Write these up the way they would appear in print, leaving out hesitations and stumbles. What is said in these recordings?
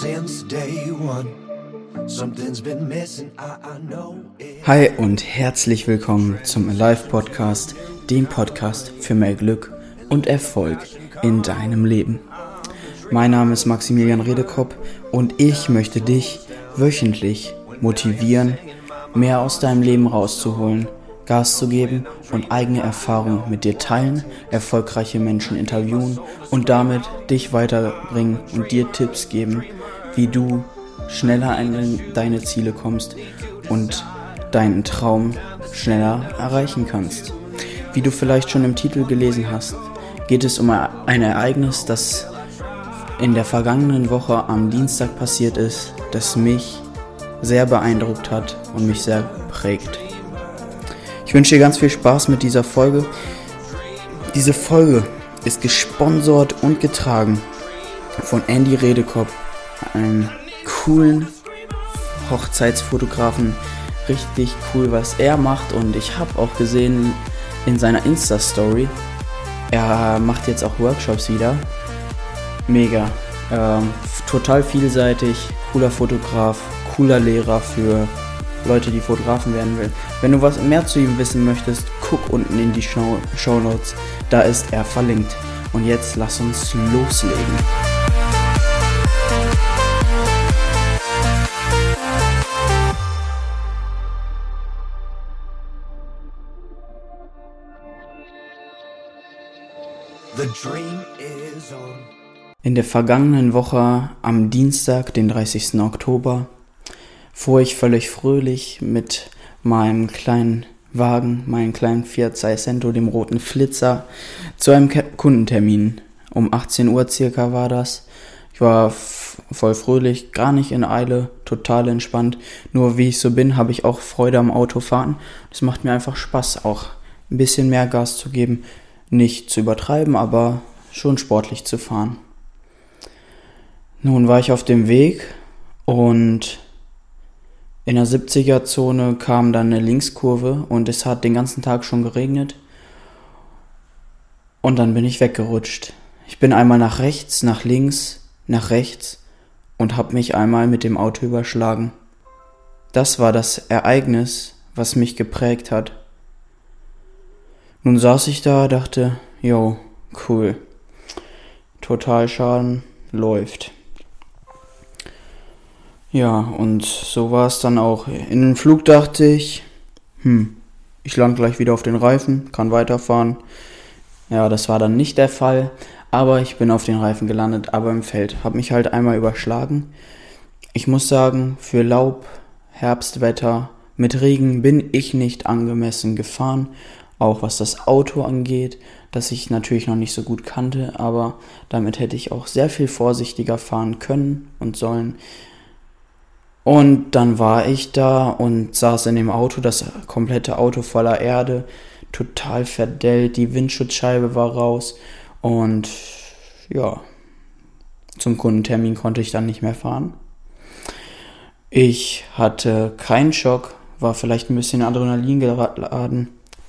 since day one. Something's been missing, I know it. Hi und herzlich willkommen zum Alive Podcast, dem Podcast für mehr Glück und Erfolg in deinem Leben. Mein Name ist Maximilian Redekopp und ich möchte dich wöchentlich motivieren, mehr aus deinem Leben rauszuholen, Gas zu geben und eigene Erfahrungen mit dir teilen, erfolgreiche Menschen interviewen und damit dich weiterbringen und dir Tipps geben, wie du schneller an deine Ziele kommst und deinen Traum schneller erreichen kannst. Wie du vielleicht schon im Titel gelesen hast, geht es um ein Ereignis, das in der vergangenen Woche am Dienstag passiert ist, das mich sehr beeindruckt hat und mich sehr prägt. Ich wünsche dir ganz viel Spaß mit dieser Folge. Diese Folge ist gesponsert und getragen von Andy Redekopp, einem coolen Hochzeitsfotografen. Richtig cool, was er macht, und ich habe auch gesehen in seiner Insta-Story, er macht jetzt auch Workshops wieder. Mega, total vielseitig, cooler Fotograf, cooler Lehrer für Leute, die Fotografen werden will. Wenn du was mehr zu ihm wissen möchtest, guck unten in die Shownotes, da ist er verlinkt. Und jetzt lass uns loslegen. The dream is on. In der vergangenen Woche am Dienstag, den 30. Oktober, fuhr ich völlig fröhlich mit meinem kleinen Wagen, meinem kleinen Fiat Seicento, dem roten Flitzer, zu einem Kundentermin. Um 18 Uhr circa war das. Ich war voll fröhlich, gar nicht in Eile, total entspannt. Nur wie ich so bin, habe ich auch Freude am Autofahren. Es macht mir einfach Spaß, auch ein bisschen mehr Gas zu geben. Nicht zu übertreiben, aber schon sportlich zu fahren. Nun war ich auf dem Weg und in der 70er-Zone kam dann eine Linkskurve und es hat den ganzen Tag schon geregnet. Und dann bin ich weggerutscht. Ich bin einmal nach rechts, nach links, nach rechts und habe mich einmal mit dem Auto überschlagen. Das war das Ereignis, was mich geprägt hat. Nun saß ich da, dachte, jo, cool. Totalschaden, läuft. Ja, und so war es dann auch. In den Flug dachte ich, ich lande gleich wieder auf den Reifen, kann weiterfahren. Ja, das war dann nicht der Fall, aber ich bin auf den Reifen gelandet, aber im Feld. Habe mich halt einmal überschlagen. Ich muss sagen, für Laub, Herbstwetter, mit Regen bin ich nicht angemessen gefahren. Auch was das Auto angeht, das ich natürlich noch nicht so gut kannte, aber damit hätte ich auch sehr viel vorsichtiger fahren können und sollen. Und dann war ich da und saß in dem Auto, das komplette Auto voller Erde, total verdellt, die Windschutzscheibe war raus und ja, zum Kundentermin konnte ich dann nicht mehr fahren. Ich hatte keinen Schock, war vielleicht ein bisschen Adrenalin geladen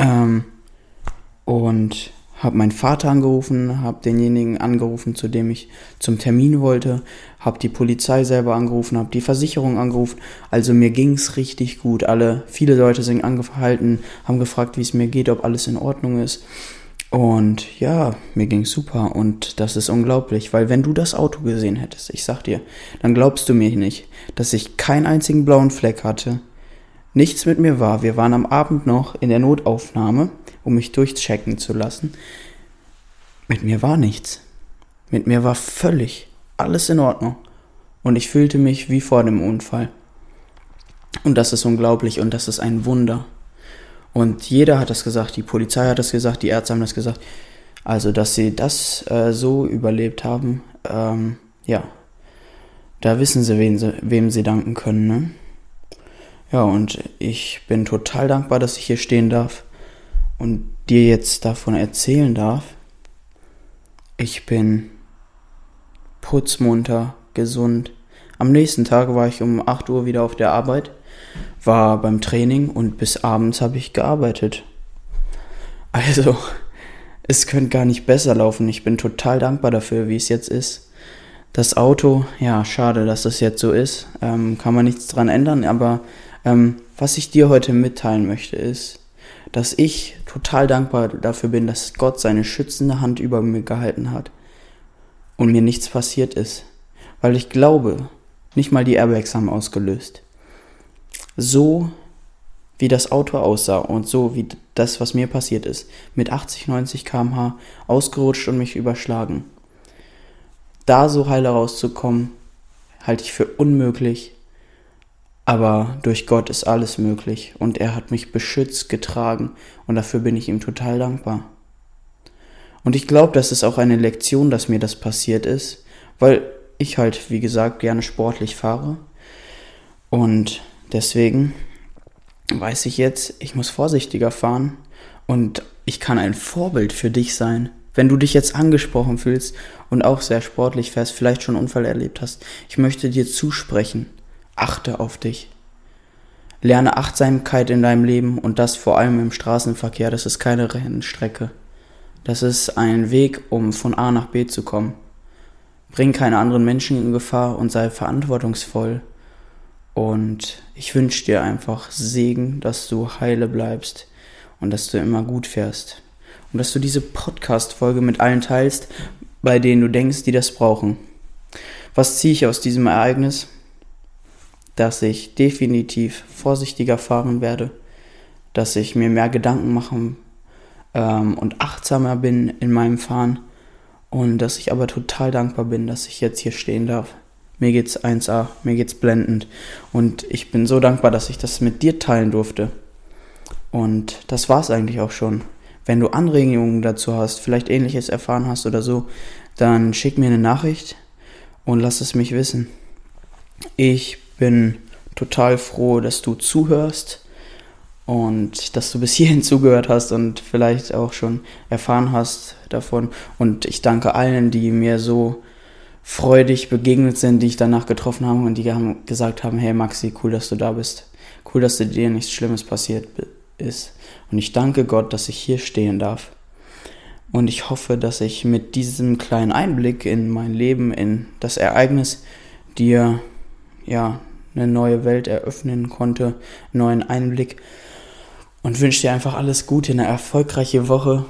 und habe meinen Vater angerufen, habe denjenigen angerufen, zu dem ich zum Termin wollte, habe die Polizei selber angerufen, habe die Versicherung angerufen. Also mir ging's richtig gut. Viele Leute sind angehalten, haben gefragt, wie es mir geht, ob alles in Ordnung ist. Und ja, mir ging's super und das ist unglaublich, weil wenn du das Auto gesehen hättest, ich sag dir, dann glaubst du mir nicht, dass ich keinen einzigen blauen Fleck hatte. Nichts mit mir war. Wir waren am Abend noch in der Notaufnahme, um mich durchchecken zu lassen. Mit mir war nichts. Mit mir war völlig alles in Ordnung. Und ich fühlte mich wie vor dem Unfall. Und das ist unglaublich und das ist ein Wunder. Und jeder hat das gesagt, die Polizei hat das gesagt, die Ärzte haben das gesagt. Also, dass sie das so überlebt haben, ja, da wissen sie, wem sie danken können, ne? Ja, und ich bin total dankbar, dass ich hier stehen darf und dir jetzt davon erzählen darf. Ich bin putzmunter, gesund. Am nächsten Tag war ich um 8 Uhr wieder auf der Arbeit, war beim Training und bis abends habe ich gearbeitet. Also, es könnte gar nicht besser laufen. Ich bin total dankbar dafür, wie es jetzt ist. Das Auto, ja, schade, dass das jetzt so ist. Kann man nichts dran ändern, aber was ich dir heute mitteilen möchte, ist, dass ich total dankbar dafür bin, dass Gott seine schützende Hand über mir gehalten hat und mir nichts passiert ist. Weil ich glaube, nicht mal die Airbags haben ausgelöst. So wie das Auto aussah und so wie das, was mir passiert ist, mit 80, 90 km/h ausgerutscht und mich überschlagen. Da so heile rauszukommen, halte ich für unmöglich, aber durch Gott ist alles möglich und er hat mich beschützt, getragen und dafür bin ich ihm total dankbar. Und ich glaube, das ist auch eine Lektion, dass mir das passiert ist, weil ich halt, wie gesagt, gerne sportlich fahre und deswegen weiß ich jetzt, ich muss vorsichtiger fahren und ich kann ein Vorbild für dich sein. Wenn du dich jetzt angesprochen fühlst und auch sehr sportlich fährst, vielleicht schon einen Unfall erlebt hast, ich möchte dir zusprechen, achte auf dich. Lerne Achtsamkeit in deinem Leben und das vor allem im Straßenverkehr. Das ist keine Rennstrecke. Das ist ein Weg, um von A nach B zu kommen. Bring keine anderen Menschen in Gefahr und sei verantwortungsvoll. Und ich wünsche dir einfach Segen, dass du heile bleibst und dass du immer gut fährst. Und dass du diese Podcast-Folge mit allen teilst, bei denen du denkst, die das brauchen. Was ziehe ich aus diesem Ereignis? Dass ich definitiv vorsichtiger fahren werde, dass ich mir mehr Gedanken machen und achtsamer bin in meinem Fahren und dass ich aber total dankbar bin, dass ich jetzt hier stehen darf. Mir geht's 1A, mir geht's blendend und ich bin so dankbar, dass ich das mit dir teilen durfte. Und das war's eigentlich auch schon. Wenn du Anregungen dazu hast, vielleicht Ähnliches erfahren hast oder so, dann schick mir eine Nachricht und lass es mich wissen. Ich bin total froh, dass du zuhörst und dass du bis hierhin zugehört hast und vielleicht auch schon erfahren hast davon. Und ich danke allen, die mir so freudig begegnet sind, die ich danach getroffen habe und die gesagt haben, hey Maxi, cool, dass du da bist. Cool, dass dir nichts Schlimmes passiert ist. Und ich danke Gott, dass ich hier stehen darf. Und ich hoffe, dass ich mit diesem kleinen Einblick in mein Leben, in das Ereignis, dir eine neue Welt eröffnen konnte, einen neuen Einblick. Und wünsche dir einfach alles Gute, eine erfolgreiche Woche.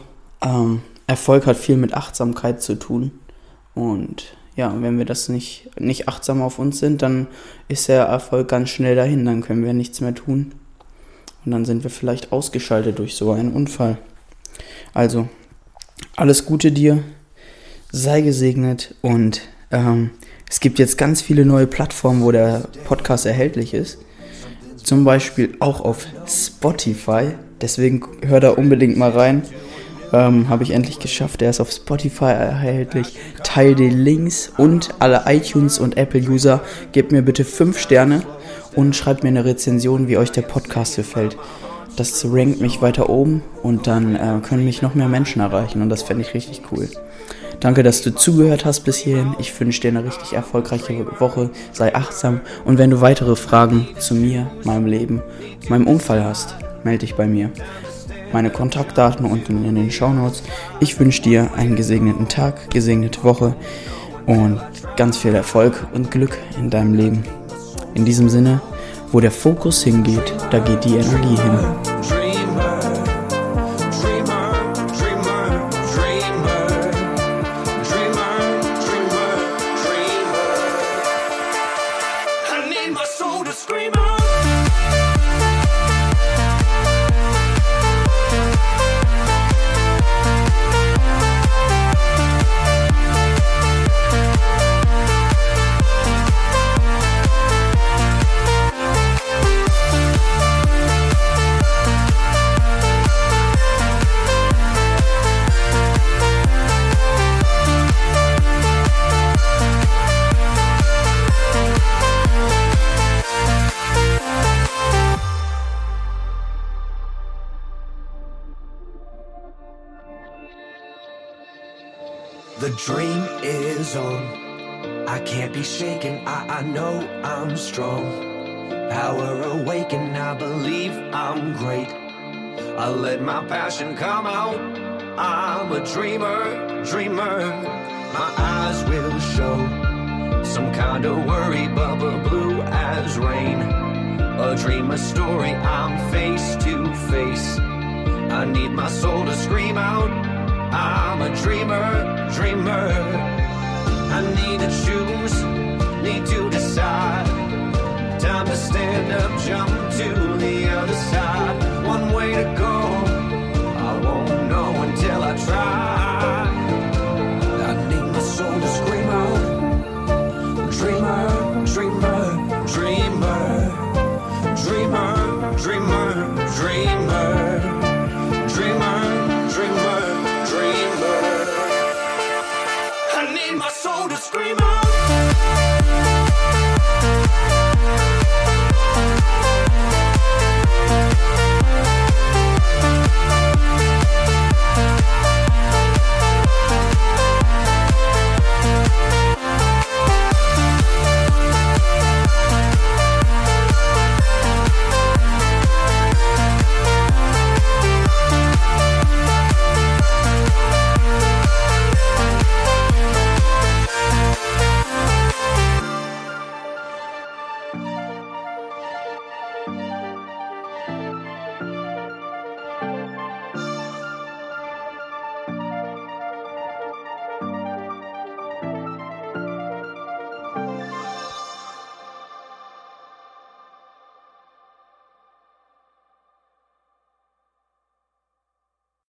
Erfolg hat viel mit Achtsamkeit zu tun. Und ja, wenn wir das nicht achtsam auf uns sind, dann ist der Erfolg ganz schnell dahin. Dann können wir nichts mehr tun. Und dann sind wir vielleicht ausgeschaltet durch so einen Unfall. Also, alles Gute dir, sei gesegnet und es gibt jetzt ganz viele neue Plattformen, wo der Podcast erhältlich ist. Zum Beispiel auch auf Spotify. Deswegen hör da unbedingt mal rein. Habe ich endlich geschafft. Er ist auf Spotify erhältlich. Teil die Links und alle iTunes- und Apple-User, gebt mir bitte 5 Sterne. Und schreibt mir eine Rezension, wie euch der Podcast gefällt. Das rankt mich weiter oben und dann können mich noch mehr Menschen erreichen und das fände ich richtig cool. Danke, dass du zugehört hast bis hierhin. Ich wünsche dir eine richtig erfolgreiche Woche. Sei achtsam und wenn du weitere Fragen zu mir, meinem Leben, meinem Unfall hast, melde dich bei mir. Meine Kontaktdaten unten in den Shownotes. Ich wünsche dir einen gesegneten Tag, gesegnete Woche und ganz viel Erfolg und Glück in deinem Leben. In diesem Sinne, wo der Fokus hingeht, da geht die Energie hin. The dream is on. I can't be shaken. I know I'm strong. Power awaken. I believe I'm great. I let my passion come out. I'm a dreamer, dreamer. My eyes will show some kind of worry, but blue as rain. A dream, a story, I'm face to face. I need my soul to scream out, I'm a dreamer, dreamer. I need to choose, need to decide. Time to stand up, jump to the other side. One way to go, I won't know until I try. I need my soul to scream out, dreamer, dreamer, dreamer. Dreamer, dreamer, dreamer. Dreamer, dreamer, dreamer. I need my soul to scream out.